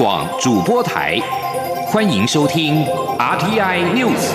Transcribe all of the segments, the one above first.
广主播台，欢迎收听 RTI News。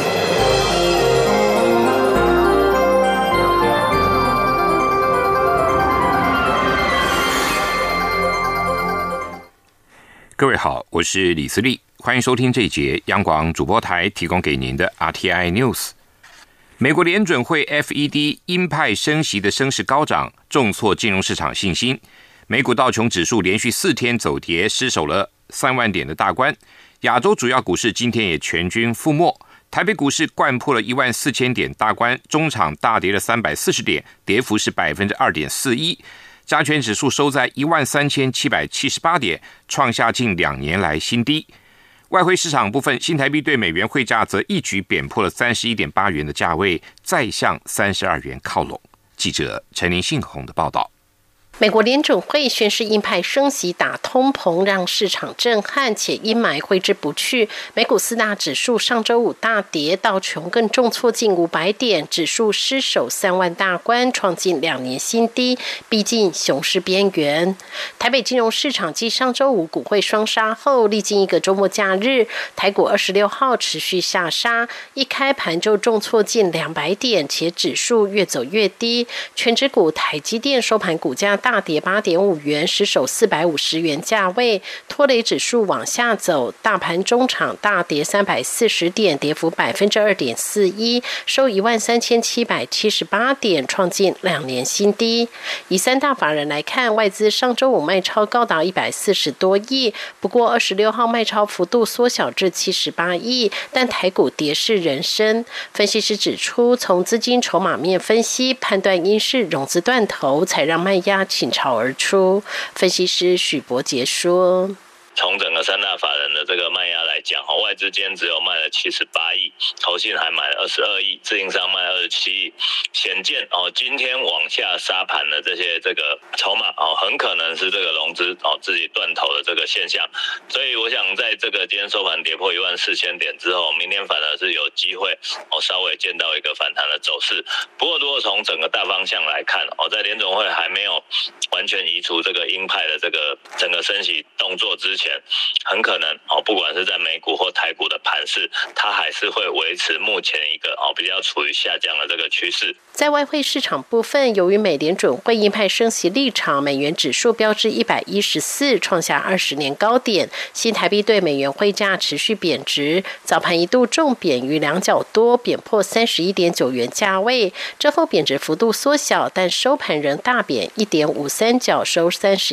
各位好，我是李思利，欢迎收听这一节央广主播台提供给您的 RTI News。美国联准会 FED 鹰派升息的声势高涨，重挫金融市场信心。美股道琼指数连续4天走跌，失守了3万点的大关。亚洲主要股市今天也全军覆没。台北股市掼破了14000点大关，中场大跌了340点，跌幅是 2.41%。加权指数收在13778点，创下近2年来新低。外汇市场部分，新台币对美元汇价则一举贬破了31.8元的价位，再向32元靠拢。记者陈林信宏的报道。 美国联准会宣示鹰派升息打通膨，让市场震撼，且阴霾挥之不去。美股4大指数上周五大跌，道琼更重挫近500点，指数失守3万大关，创近2年新低，逼近熊市边缘。台北金融市场继上周五股汇双杀后，历经一个周末假日，台股26号持续下杀，一开盘就重挫近200点，且指数越走越低。全指股台积电收盘股价大跌8.5元，失守450元价位，拖累指数往下走。大盘中场大跌340点，跌幅 2.41%， 收13778点，创近2年新低。以3大法人来看，外资上周五卖超高达140多亿，不过26号卖超幅度缩小至78亿，但台股跌势仍深。分析师指出，从资金筹码面分析，判断应是融资断头，才让卖压倾巢而出。分析师许博杰说， 从整个3大法人的这个卖压来讲，外资今天只有卖了78亿，投信还买了22亿，自营商卖了27亿，显见今天往下杀盘的这个筹码很可能是这个融资自己断头的这个现象，所以我想在这个今天收盘跌破14000点之后，明天反而是有机会稍微见到一个反弹的走势。不过如果从整个大方向来看，在联总会还没有完全移除这个鹰派的这个整个升息动作之前，很可能不管是在美股或台股的盘势，它还是会维持目前一个比较处于下降的这个趋势。 在外汇市场部分，由于美联准会鹰派升息立场，美元指数飙至114，创下20年高点。新台币对美元汇价持续贬值，早盘一度重贬逾2角多，贬破31.9元价位，之后贬值幅度缩小，但收盘仍大贬1.53角，收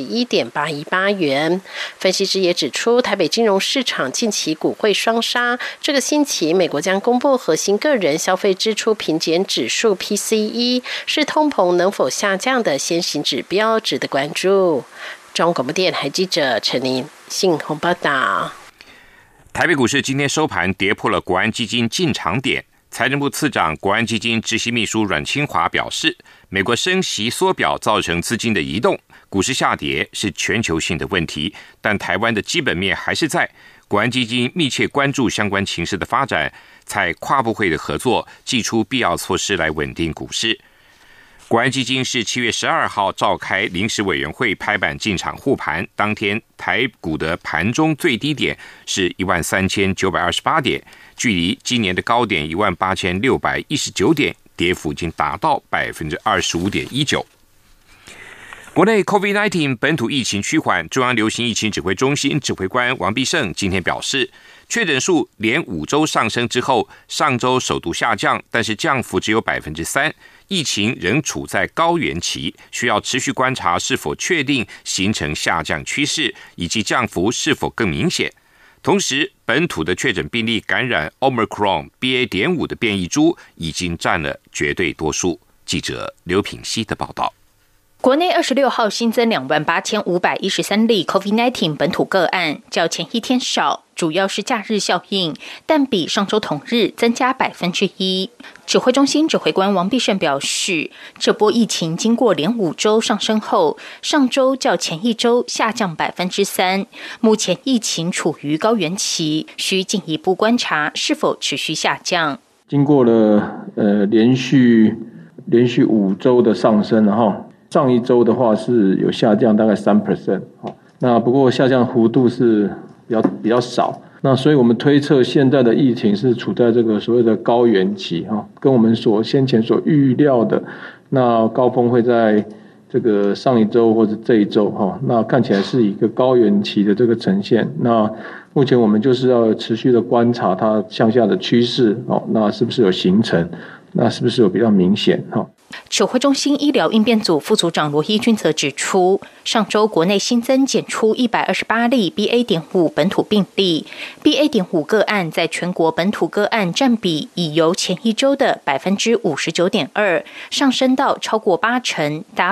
31.818元。分析师也指出，台北金融市场近期股汇双杀，这个星期美国将公布核心个人消费支出平减指数 PCE， 是通膨能否下降的先行指标，值得关注。中央广播电台记者陈林信宏报道。 台北股市今天收盘跌破了国安基金进场点。财政部次长、国安基金执行秘书阮清华表示，美国升息缩表造成资金的移动，股市下跌是全球性的问题，但台湾的基本面还是在。国安基金密切关注相关情势的发展，采跨部会的合作，祭出必要措施来稳定股市。国安基金是7月12号召开临时委员会拍板进场护盘，当天台股的盘中最低点是13928点，距离今年的高点18619点，跌幅已经达到 25.19%。国内 COVID-19 本土疫情趋缓，中央流行疫情指挥中心指挥官王必胜今天表示，确诊数连5周上升之后，上周首度下降，但是降幅只有 3%， 疫情仍处在高原期，需要持续观察是否确定形成下降趋势，以及降幅是否更明显。同时，本土的确诊病例感染 Omicron BA.5 的变异株已经占了绝对多数。记者刘品希的报道。 国内26号新增28513例 COVID-19 本土个案，较前一天少，主要是假日效应，但比上周同日增加 1%。指挥中心指挥官王必胜表示，这波疫情经过连5周上升后，上周较前一周下降 3%， 目前疫情处于高原期，需进一步观察是否持续下降。 经过了连续5周的上升，然后上一周的话是有下降大概 3%， 那不过下降幅度是比较少。那所以我们推测现在的疫情是处在这个所谓的高原期跟我们先前所预料的那高峰会在这个上一周或者这一周那看起来是一个高原期的这个呈现。那目前我们就是要持续的观察它向下的趋势那是不是有形成，那是不是有比较明显指挥中心医疗应变组副组长罗一军则指出，上周国内新增检出128例 BA.5 本土病例， BA.5 个案在全国本土个案占比已由前一周的 59.2% 上升到超过80%，达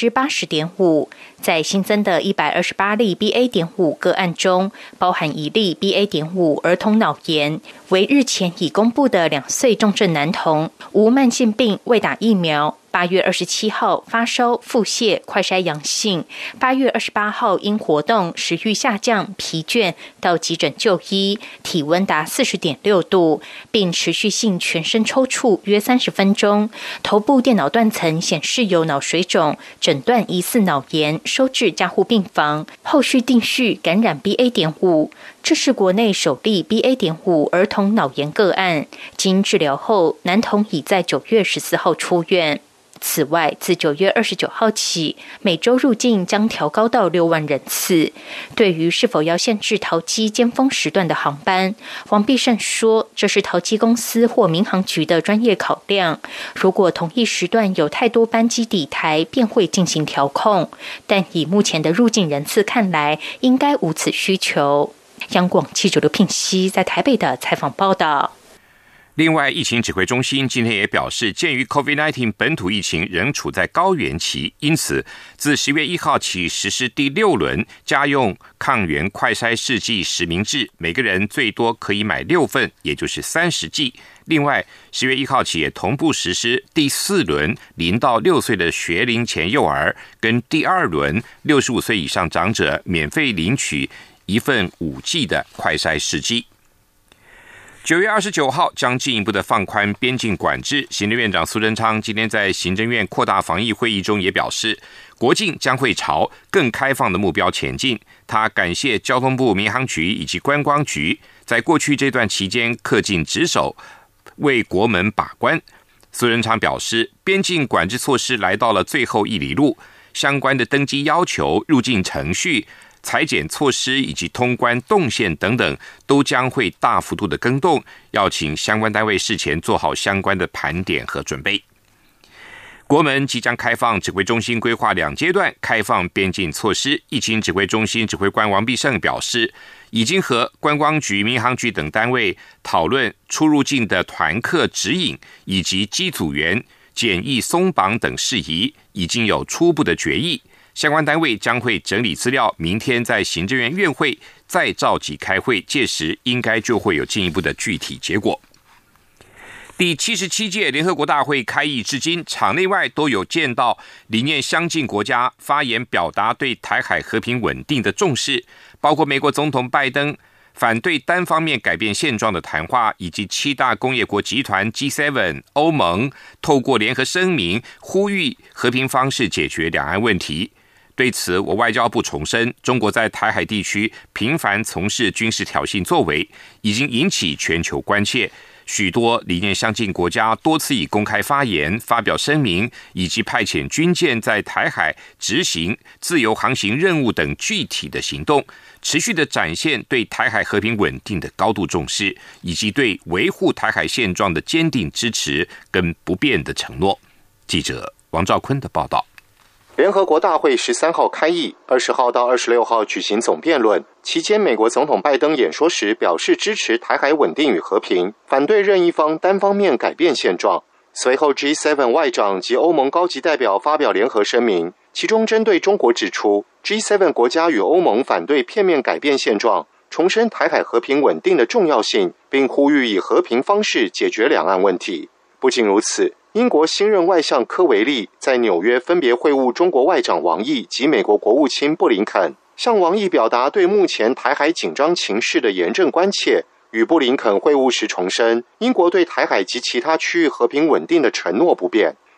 80.5%。在新增的128例 BA.5 个案中，包含1例 BA.5 儿童脑炎，为日前已公布的2岁重症男童，无慢性病，未打疫苗。8月27号发烧、腹泻、快筛阳性，8月28号因活动、食欲下降、疲倦到急诊就医，体温达 40.6 度，并持续性全身抽搐约30分钟，头部电脑断层显示有脑水肿，诊断疑似脑炎，收治加护病房，后续定序感染 BA.5。这是国内首例 BA.5 儿童脑炎个案，经治疗后，男童已在9月14号出院。此外，自9月29号起，每周入境将调高到6万人次。对于是否要限制桃机尖峰时段的航班，王必胜说，这是桃机公司或民航局的专业考量。如果同一时段有太多班机抵台，便会进行调控。但以目前的入境人次看来，应该无此需求。央广记者刘聘熙在台北的采访报道。 另外，疫情指挥中心今天也表示，鉴于 COVID-19 本土疫情仍处在高原期，因此自10月1号起实施第6轮家用抗原快筛试剂实名制，每个人最多可以买6份，也就是30剂。另外，10月1号起也同步实施第4轮0到6岁的学龄前幼儿跟第2轮65岁以上长者免费领取1份5剂的快筛试剂。9月29号将进一步的放宽边境管制。行政院长苏贞昌今天在行政院扩大防疫会议中也表示，国境将会朝更开放的目标前进。他感谢交通部民航局以及观光局在过去这段期间恪尽职守，为国门把关。苏贞昌表示，边境管制措施来到了最后1里路，相关的登机要求、入境程序、采检措施以及通关动线等等，都将会大幅度的更动，要请相关单位事前做好相关的盘点和准备。国门即将开放，指挥中心规划2阶段开放边境措施。疫情指挥中心指挥官王必胜表示，已经和观光局、民航局等单位讨论出入境的团客指引以及机组员检疫松绑等事宜，已经有初步的决议。相关单位将会整理资料，明天在行政院院会再召集开会，届时应该就会有进一步的具体结果。第77届联合国大会开议至今，场内外都有见到理念相近国家发言表达对台海和平稳定的重视，包括美国总统拜登反对单方面改变现状的谈话，以及7大工业国集团 G7、欧盟透过联合声明呼吁和平方式解决两岸问题。对此，我外交部重申，中国在台海地区频繁从事军事挑衅作为，已经引起全球关切。许多理念相近国家多次以公开发言、发表声明，以及派遣军舰在台海执行自由航行任务等具体的行动，持续的展现对台海和平稳定的高度重视，以及对维护台海现状的坚定支持跟不变的承诺。记者王兆坤的报道。 联合国大会13号开议，20号到26号举行总辩论。期间，美国总统拜登演说时表示支持台海稳定与和平，反对任一方单方面改变现状。随后 G7 外长及欧盟高级代表发表联合声明，其中针对中国指出， G7 国家与欧盟反对片面改变现状，重申台海和平稳定的重要性，并呼吁以和平方式解决两岸问题。不仅如此，英国新任外相科维利在纽约分别会晤中国外长王毅及美国国务卿布林肯，向王毅表达对目前台海紧张情势的严正关切。与布林肯会晤时重申，英国对台海及其他区域和平稳定的承诺不变。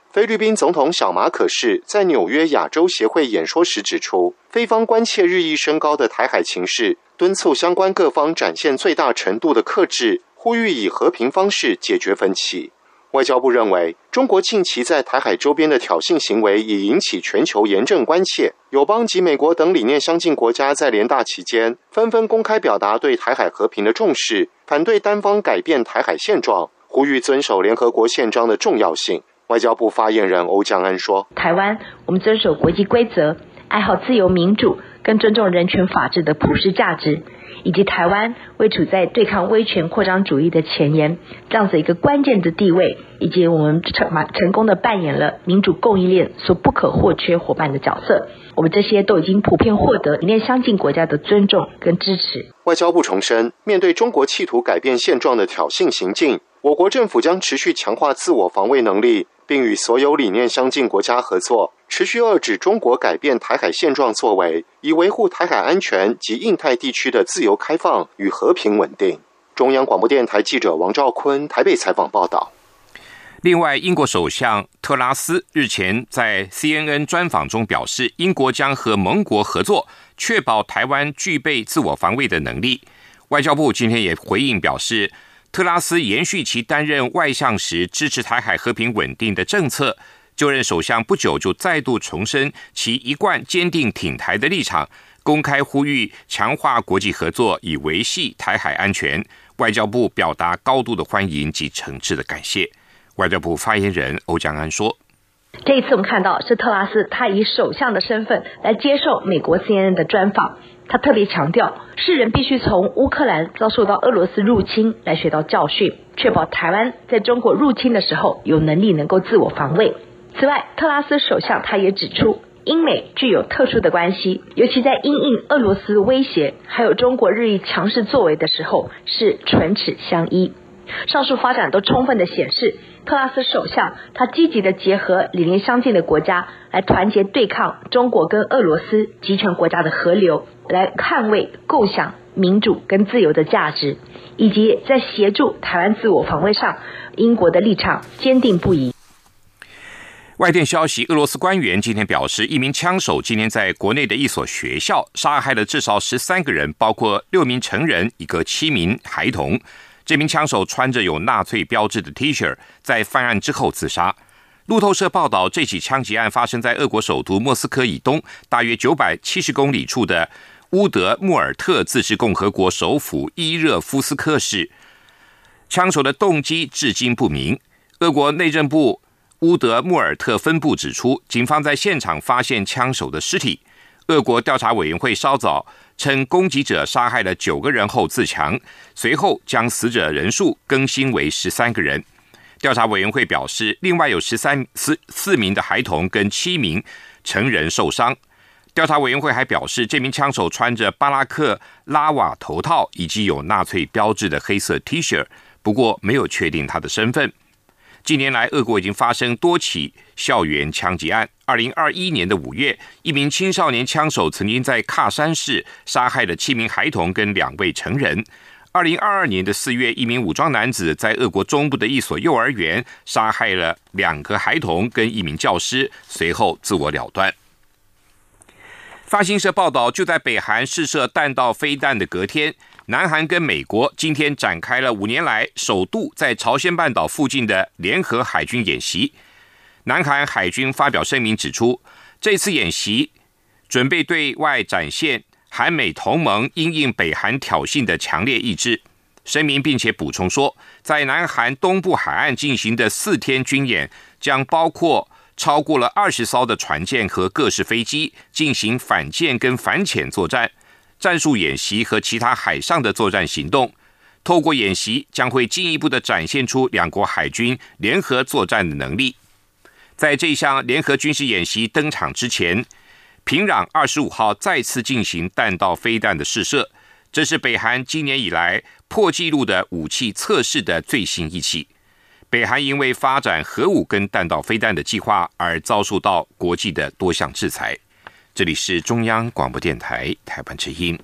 菲律宾总统小马可仕在纽约亚洲协会演说时指出，菲方关切日益升高的台海情势，敦促相关各方展现最大程度的克制，呼吁以和平方式解决分歧。外交部认为，中国近期在台海周边的挑衅行为已引起全球严正关切，友邦及美国等理念相近国家在联大期间纷纷公开表达对台海和平的重视，反对单方改变台海现状，呼吁遵守联合国宪章的重要性。外交部发言人欧江安说， 台湾我们遵守国际规则，爱好自由民主跟尊重人权法治的普世价值，以及台湾位处在对抗威权扩张主义的前沿这样子一个关键的地位，以及我们成功的扮演了民主供应链所不可或缺伙伴的角色，我们这些都已经普遍获得理念相近国家的尊重跟支持。 外交部重申，面对中国企图改变现状的挑衅行径，我国政府将持续强化自我防卫能力，并与所有理念相近国家合作，持续遏止中国改变台海现状作为，以维护台海安全及印太地区的自由开放与和平稳定。中央广播电台记者王兆坤台北采访报道。 另外，英国首相特拉斯日前在 CNN 专访中表示，英国将和盟国合作，确保台湾具备自我防卫的能力。外交部今天也回应表示，特拉斯延续其担任外相时支持台海和平稳定的政策，就任首相不久就再度重申其一贯坚定挺台的立场，公开呼吁强化国际合作，以维系台海安全。外交部表达高度的欢迎及诚挚的感谢。外交部发言人欧江安说， 这一次我们看到是特拉斯他以首相的身份来接受美国 CNN 的专访，他特别强调，世人必须从乌克兰遭受到俄罗斯入侵来学到教训，确保台湾在中国入侵的时候有能力能够自我防卫。此外，特拉斯首相他也指出，英美具有特殊的关系，尤其在因应俄罗斯威胁还有中国日益强势作为的时候是唇齿相依。上述发展都充分的显示，特拉斯首相他积极的结合理念相近的国家来团结对抗中国跟俄罗斯集权国家的河流，来捍卫共享民主跟自由的价值，以及在协助台湾自我防卫上，英国的立场坚定不移。 外电消息，俄罗斯官员今天表示，一名枪手今天在国内的一所学校杀害了至少13个人，包括6名成人，一个7名孩童。这名枪手穿着有纳粹标志的 T 恤，在犯案之后自杀。路透社报道，这起枪击案发生在俄国首都莫斯科以东大约970公里处的乌德穆尔特自治共和国首府伊热夫斯克市。枪手的动机至今不明。俄国内政部乌德穆尔特分部指出，警方在现场发现枪手的尸体。俄国调查委员会稍早称，攻击者杀害了9个人后自强，随后将死者人数更新为13个人。调查委员会表示，另外有4名的孩童跟7名成人受伤。调查委员会还表示，这名枪手穿着巴拉克拉瓦头套以及有纳粹标志的黑色 T 恤，不过没有确定他的身份。近年来，俄国已经发生多起校园枪击案。2021年的5月，一名青少年枪手曾经在喀山市杀害了7名孩童跟2位成人。2022年的4月，一名武装男子在俄国中部的一所幼儿园杀害了2个孩童跟1名教师，随后自我了断。法新社报道，就在北韩试射弹道飞弹的隔天，南韩跟美国今天展开了5年来首度在朝鲜半岛附近的联合海军演习。南韩海军发表声明指出，这次演习准备对外展现韩美同盟因应北韩挑衅的强烈意志。声明并且补充说，在南韩东部海岸进行的4天军演将包括超过了20艘的船舰和各式飞机，进行反舰跟反潜作战、战术演习和其他海上的作战行动。透过演习，将会进一步的展现出两国海军联合作战的能力。在这项联合军事演习登场之前，平壤25号再次进行弹道飞弹的试射，这是北韩今年以来破纪录的武器测试的最新一起。北韩因为发展核武跟弹道飞弹的计划而遭受到国际的多项制裁。这里是中央广播电台台湾之音。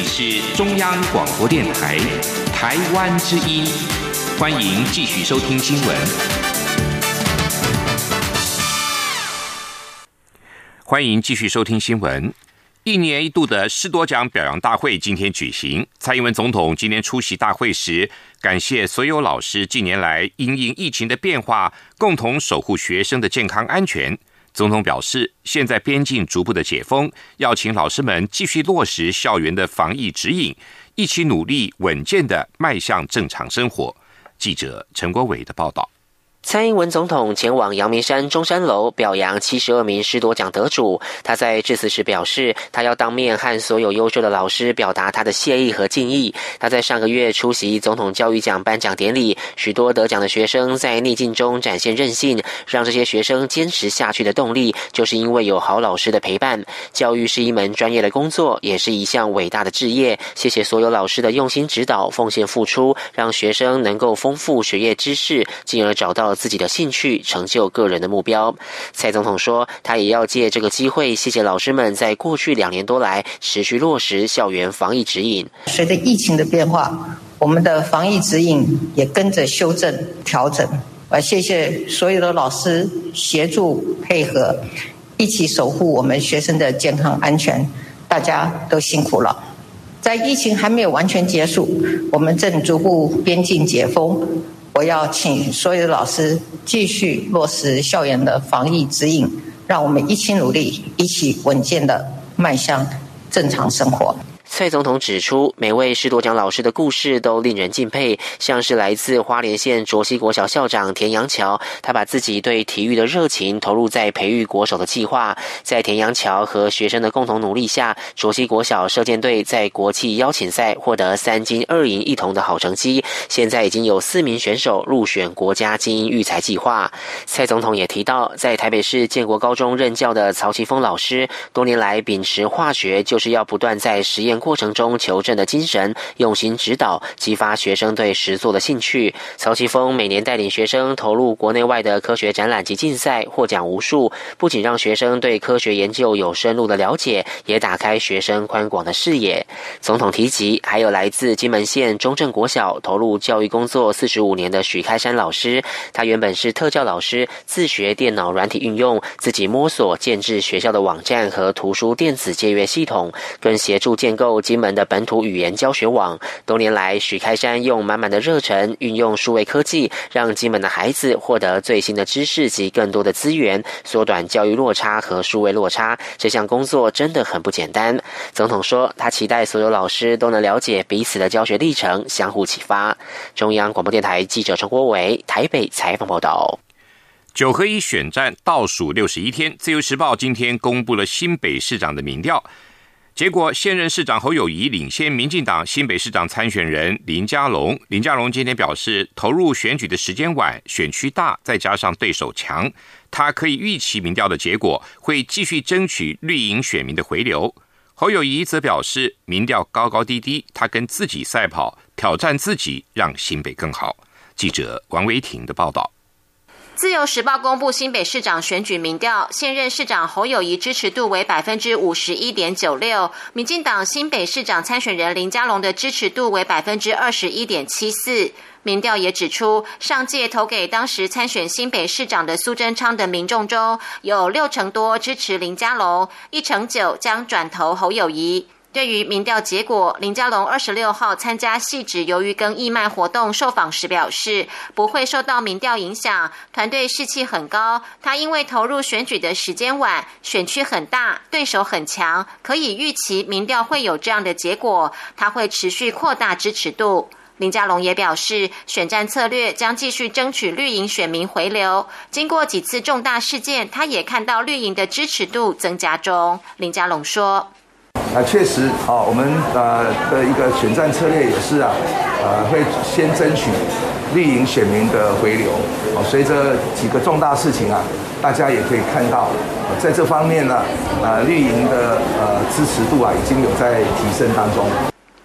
是中央广播电台台湾之音，欢迎继续收听新闻。欢迎继续收听新闻。一年一度的士多奖表扬大会今天举行，蔡英文总统今天出席大会时，感谢所有老师近年来因应疫情的变化，共同守护学生的健康安全。总统表示，现在边境逐步的解封，要请老师们继续落实校园的防疫指引，一起努力稳健的迈向正常生活。记者陈国伟的报道。 蔡英文总统前往阳明山中山楼表扬72名士多奖得主。他在致辞时表示，他要当面和所有优秀的老师表达他的谢意和敬意。他在上个月出席总统教育奖颁奖典礼，许多得奖的学生在逆境中展现韧性，让这些学生坚持下去的动力，就是因为有好老师的陪伴。教育是一门专业的工作，也是一项伟大的志业。谢谢所有老师的用心指导、奉献付出，让学生能够丰富学业知识，进而找到自己的兴趣，成就个人的目标。蔡总统说，他也要借这个机会谢谢老师们在过去2年多来持续落实校园防疫指引。 随着疫情的变化，我们的防疫指引也跟着修正调整。我谢谢所有的老师协助配合，一起守护我们学生的健康安全，大家都辛苦了。在疫情还没有完全结束，我们正逐步边境解封，我要请所有的老师继续落实校园的防疫指引，让我们一起努力，一起稳健的迈向正常生活。 蔡总统指出，每位士多奖老师的故事都令人敬佩，像是来自花莲县卓溪国小校长田阳桥，他把自己对体育的热情投入在培育国手的计划。在田阳桥和学生的共同努力下，卓溪国小射箭队在国际邀请赛获得3金2银1铜的好成绩，现在已经有4名选手入选国家精英育才计划。蔡总统也提到，在台北市建国高中任教的曹奇峰老师，多年来秉持化学就是要不断在实验过程中求证的精神，用心指导，激发学生对实作的兴趣。曹奇峰每年带领学生投入国内外的科学展览及竞赛，获奖无数，不仅让学生对科学研究有深入的了解，也打开学生宽广的视野。总统提及，还有来自金门县中正国小投入教育工作45年的许开山老师，他原本是特教老师，自学电脑软体运用，自己摸索建制学校的网站和图书电子借阅系统，更协助建构金门的本土语言教学网。多年来，许开山用满满的热忱，运用数位科技，让金门的孩子获得最新的知识及更多的资源，缩短教育落差和数位落差。这项工作真的很不简单。总统说，他期待所有老师都能了解彼此的教学历程，相互启发。中央广播电台记者陈国伟台北采访报道。 9合1选战倒数61天，自由时报今天公布了新北市长的民调。结果，现任市长侯友宜领先民进党新北市长参选人林佳龙。林佳龙今天表示，投入选举的时间晚，选区大，再加上对手强，他可以预期民调的结果，会继续争取绿营选民的回流。侯友宜则表示，民调高高低低，他跟自己赛跑，挑战自己，让新北更好。记者王维婷的报道。 自由时报公布新北市长选举民调，现任市长侯友宜支持度为 51.96%， 民进党新北市长参选人林佳龙的支持度为 21.74%。民调也指出，上届投给当时参选新北市长的苏贞昌的民众中，有60%多支持林佳龙，1%9将转投侯友宜。对于民调结果，林佳龙26号参加汐止鱿鱼羹义卖活动受访时表示，不会受到民调影响，团队士气很高。他因为投入选举的时间晚，选区很大，对手很强，可以预期民调会有这样的结果，他会持续扩大支持度。林佳龙也表示，选战策略将继续争取绿营选民回流。经过几次重大事件，他也看到绿营的支持度增加中。林佳龙说， 确实我们的一个选战策略也是会先争取绿营选民的回流。随着几个重大事情大家也可以看到，在这方面绿营的支持度已经有在提升当中。 对于媒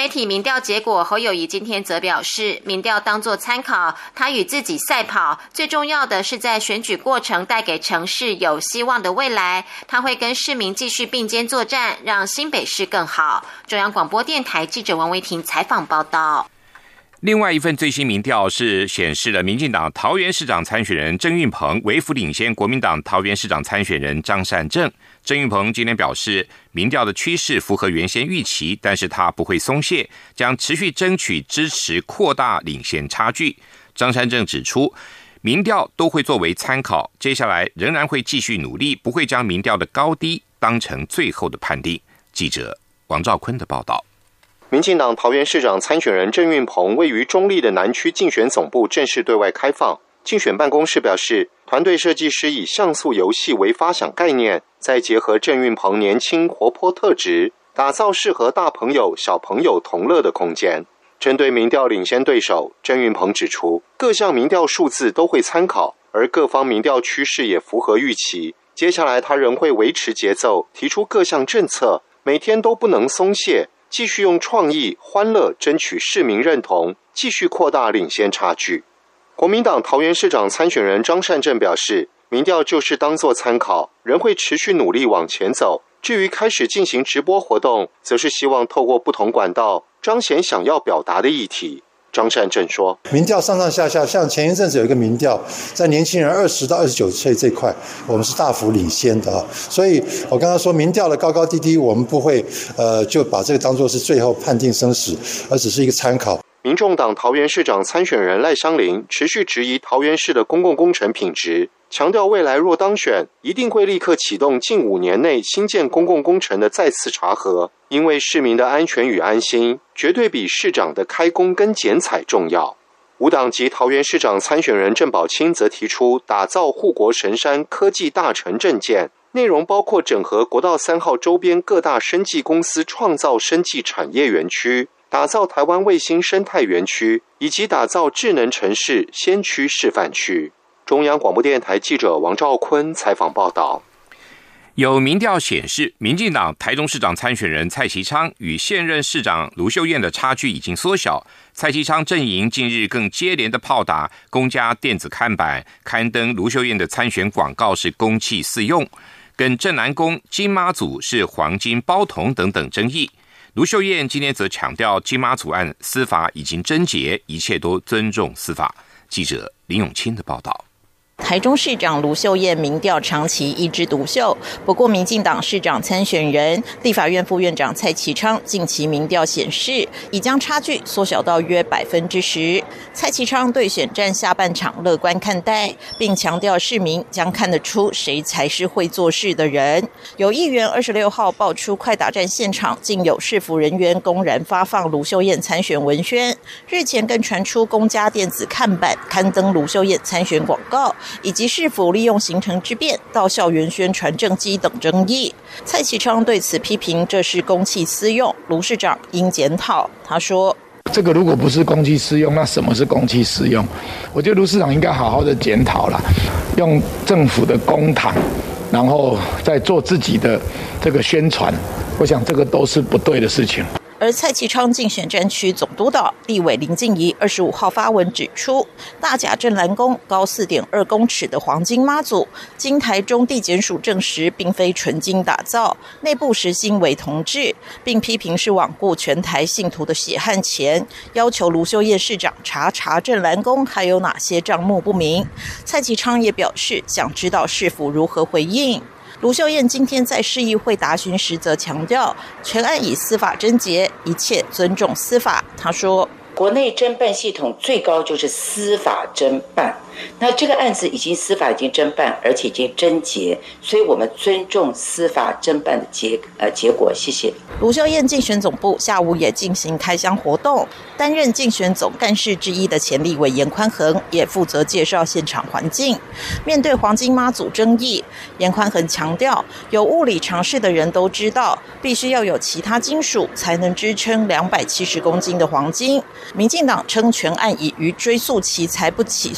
媒体民调结果，侯友宜今天则表示，民调当作参考，他与自己赛跑，最重要的是在选举过程带给城市有希望的未来。他会跟市民继续并肩作战，让新北市更好。中央广播电台记者王维婷采访报道。 另外一份最新民调是显示了民进党桃园市长参选人郑运鹏微幅领先国民党桃园市长参选人张善政。郑运鹏今天表示，民调的趋势符合原先预期，但是他不会松懈，将持续争取支持扩大领先差距。张善政指出，民调都会作为参考，接下来仍然会继续努力，不会将民调的高低当成最后的判定。记者王兆坤的报道。 民进党桃园市长参选人郑运鹏位于中立的南区竞选总部正式对外开放。竞选办公室表示，团队设计师以像素游戏为发想概念，再结合郑运鹏年轻活泼特质，打造适合大朋友小朋友同乐的空间。针对民调领先对手，郑运鹏指出，各项民调数字都会参考，而各方民调趋势也符合预期。接下来他仍会维持节奏，提出各项政策，每天都不能松懈，继续用创意、欢乐争取市民认同，继续扩大领先差距。国民党桃园市长参选人张善政表示，民调就是当作参考，仍会持续努力往前走。至于开始进行直播活动，则是希望透过不同管道彰显想要表达的议题。张善政说， 民调上上下下，像前一阵子有一个民调，在年轻人20到29岁这块，我们是大幅领先的啊。所以我刚刚说民调的高高低低，我们不会就把这个当作是最后判定生死，而只是一个参考。 民众党桃园市长参选人赖香伶持续质疑桃园市的公共工程品质，强调未来若当选，一定会立刻启动近5年内新建公共工程的再次查核，因为市民的安全与安心绝对比市长的开工跟剪彩重要。无党籍桃园市长参选人郑宝清则提出打造护国神山科技大城政见，内容包括整合国道3号周边各大生技公司创造生技产业园区，打造台湾卫星生态园区，以及打造智能城市先驱示范区。中央广播电台记者王兆坤采访报道。 有民调显示，民进党台中市长参选人蔡其昌与现任市长卢秀燕的差距已经缩小。蔡其昌阵营近日更接连的炮打公家电子看板，刊登卢秀燕的参选广告是公器私用，跟镇南宫金妈祖是黄金包铜等等争议。卢秀燕今天则强调，金妈祖案司法已经侦结，一切都尊重司法。记者林永清的报道。 台中市长卢秀燕民调长期一枝独秀，不过民进党市长参选人、立法院副院长蔡其昌近期民调显示，已将差距缩小到约10%。蔡其昌对选战下半场乐观看待，并强调市民将看得出谁才是会做事的人。有议员26号爆出快打站现场竟有市府人员公然发放卢秀燕参选文宣，日前更传出公家电子看板刊登卢秀燕参选广告，以及是否利用行程之便到校园宣传政绩等争议。蔡其昌对此批评这是公器私用，卢市长应检讨。他说， 这个如果不是公器私用，那什么是公器私用？我觉得卢市长应该好好的检讨啦，用政府的公帑，然后再做自己的这个宣传，我想这个都是不对的事情。 而蔡其昌竞选战区总督导立委林静怡25号发文指出，大甲镇澜宫高4.2公尺的黄金妈祖，经台中地检署证实并非纯金打造，内部实心为铜制，并批评是罔顾全台信徒的血汗钱，要求卢秀燕市长查镇澜宫还有哪些账目不明。蔡其昌也表示想知道市府如何回应。卢秀燕今天在市议会答询时则强调，全案以司法侦结，一切尊重司法。他说， 国内侦办系统最高就是司法侦办，那这个案子司法已经侦办，而且已经侦结，所以我们尊重司法侦办的结果。谢谢。 卢秀燕竞选总部下午也进行开箱活动，担任竞选总干事之一的前立委严宽恒也负责介绍现场环境。面对黄金妈祖争议，严宽恒强调，有物理常识的人都知道，必须要有其他金属才能支撑270公斤的黄金。民进党称全案已于追诉期才不起诉，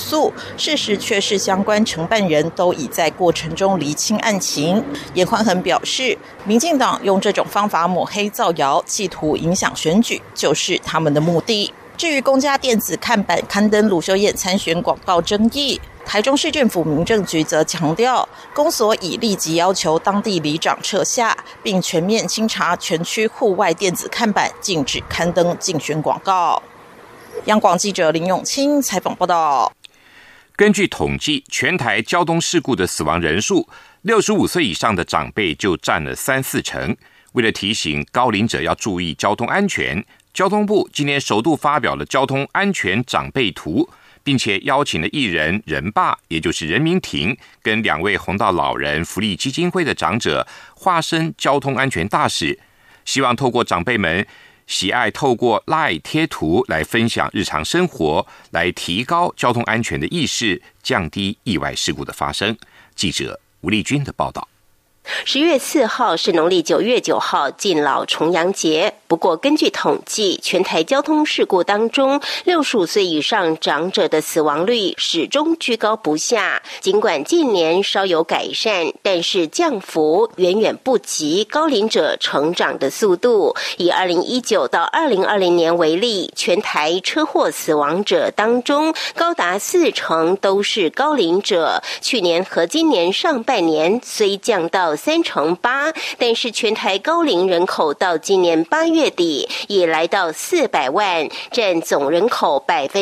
事实却是相关承办人都已在过程中厘清案情。严宽恒表示，民进党用这种方法抹黑造谣，企图影响选举，就是他们的目的。至于公家电子看板刊登卢秀燕参选广告争议，台中市政府民政局则强调，公所已立即要求当地里长撤下，并全面清查全区户外电子看板，禁止刊登竞选广告。央广记者林永清采访报道。 根据统计，全台交通事故的死亡人数，65岁以上的长辈就占了3-4成。为了提醒高龄者要注意交通安全，交通部今天首度发表了交通安全长辈图，并且邀请了艺人人爸，也就是任明廷，跟2位弘道老人福利基金会的长者化身交通安全大使，希望透过长辈们喜爱透过 LINE 贴图来分享日常生活，来提高交通安全的意识，降低意外事故的发生。记者吴丽君的报道。 10月4号是农历9月9号敬老重阳节。不过根据统计，全台交通事故当中，65岁以上长者的死亡率始终居高不下。尽管近年稍有改善，但是降幅远远不及高龄者成长的速度。以2019到2020年为例，全台车祸死亡者当中，高达40%都是高龄者。去年和今年上半年虽降到3.8%，但是全台高龄人口到今年8月底也来到400万，占总人口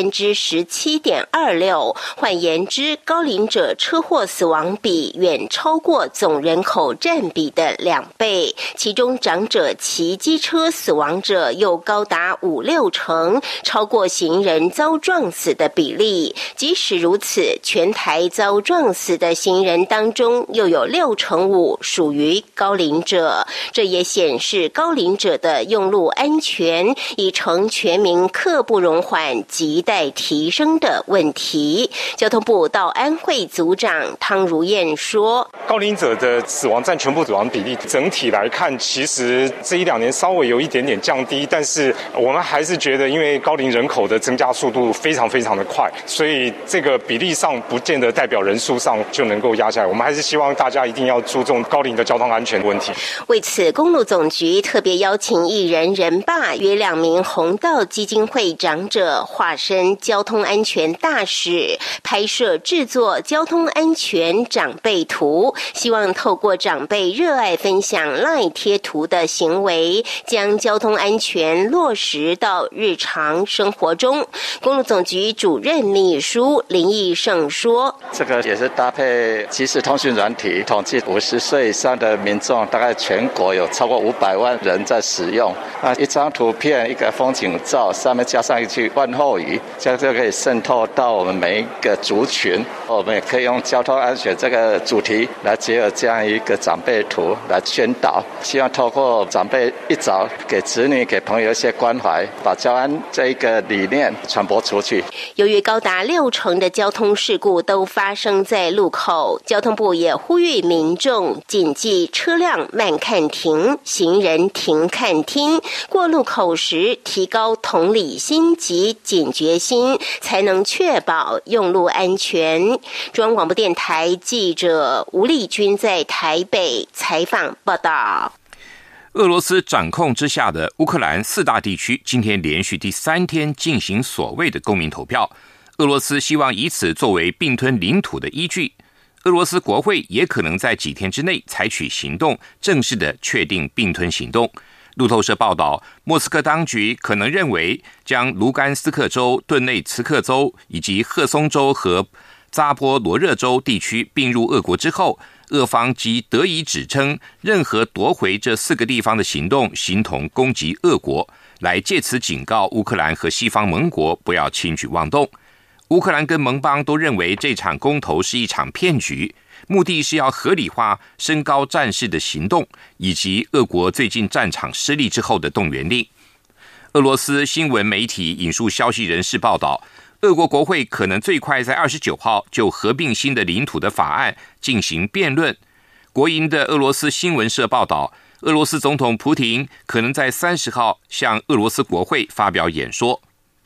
17.26%。换言之，高龄者车祸死亡比远超过总人口占比的2倍，其中长者骑机车死亡者又高达5-6成，超过行人遭撞死的比例。即使如此，全台遭撞死的行人当中又有65%属于高龄者，这也显示高龄者的用路安全已成全民刻不容缓、亟待提升的问题。交通部道安会组长汤如燕说， 高龄者的死亡占全部死亡比例，整体来看其实这1-2年稍微有一点点降低，但是我们还是觉得因为高龄人口的增加速度非常非常的快，所以这个比例上不见得代表人数上就能够压下来。我们还是希望大家一定要注重高龄的交通安全问题。 为此，公路总局特别邀请艺人人爸约2名弘道基金会长者化身交通安全大使，拍摄制作交通安全长辈图，希望透过长辈热爱分享 LINE 贴图的行为，将交通安全落实到日常生活中。公路总局主任秘书林义胜说， 这个也是搭配即时通讯软体，统计50岁以上的民众大概全国有超过500万人在使用。那一张图片一个风景照上面加上一句问候语，这样就可以渗透到我们每一个族群。我们也可以用交通安全这个主题来结合这样一个长辈图来宣导，希望透过长辈一早给子女给朋友一些关怀，把交安这一个理念传播出去。 由于高达60%的交通事故都发生在路口，交通部也呼吁民众谨记车辆慢看停，行人停看听，过路口时提高同理心及警觉心，才能确保用路安全。中央广播电台记者吴丽君在台北采访报道。 俄罗斯掌控之下的乌克兰4大地区今天连续第3天进行所谓的公民投票，俄罗斯希望以此作为并吞领土的依据。俄罗斯国会也可能在几天之内采取行动，正式的确定并吞行动。路透社报道，莫斯科当局可能认为将卢甘斯克州、顿内茨克州以及赫松州和扎波罗热州地区并入俄国之后，俄方即得以指称任何夺回这4个地方的行动形同攻击俄国，来借此警告乌克兰和西方盟国不要轻举妄动。乌克兰跟盟邦都认为这场公投是一场骗局，目的是要合理化升高战事的行动，以及俄国最近战场失利之后的动员令。俄罗斯新闻媒体引述消息人士报道，俄国国会可能最快在29号就合并新的领土的法案进行辩论。国营的俄罗斯新闻社报道，俄罗斯总统普亭可能在30号向俄罗斯国会发表演说。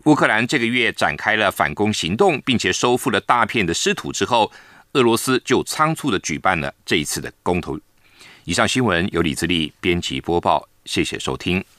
乌克兰这个月展开了反攻行动，并且收复了大片的失土之后，俄罗斯就仓促的举办了这一次的公投。以上新闻由李自力编辑播报，谢谢收听。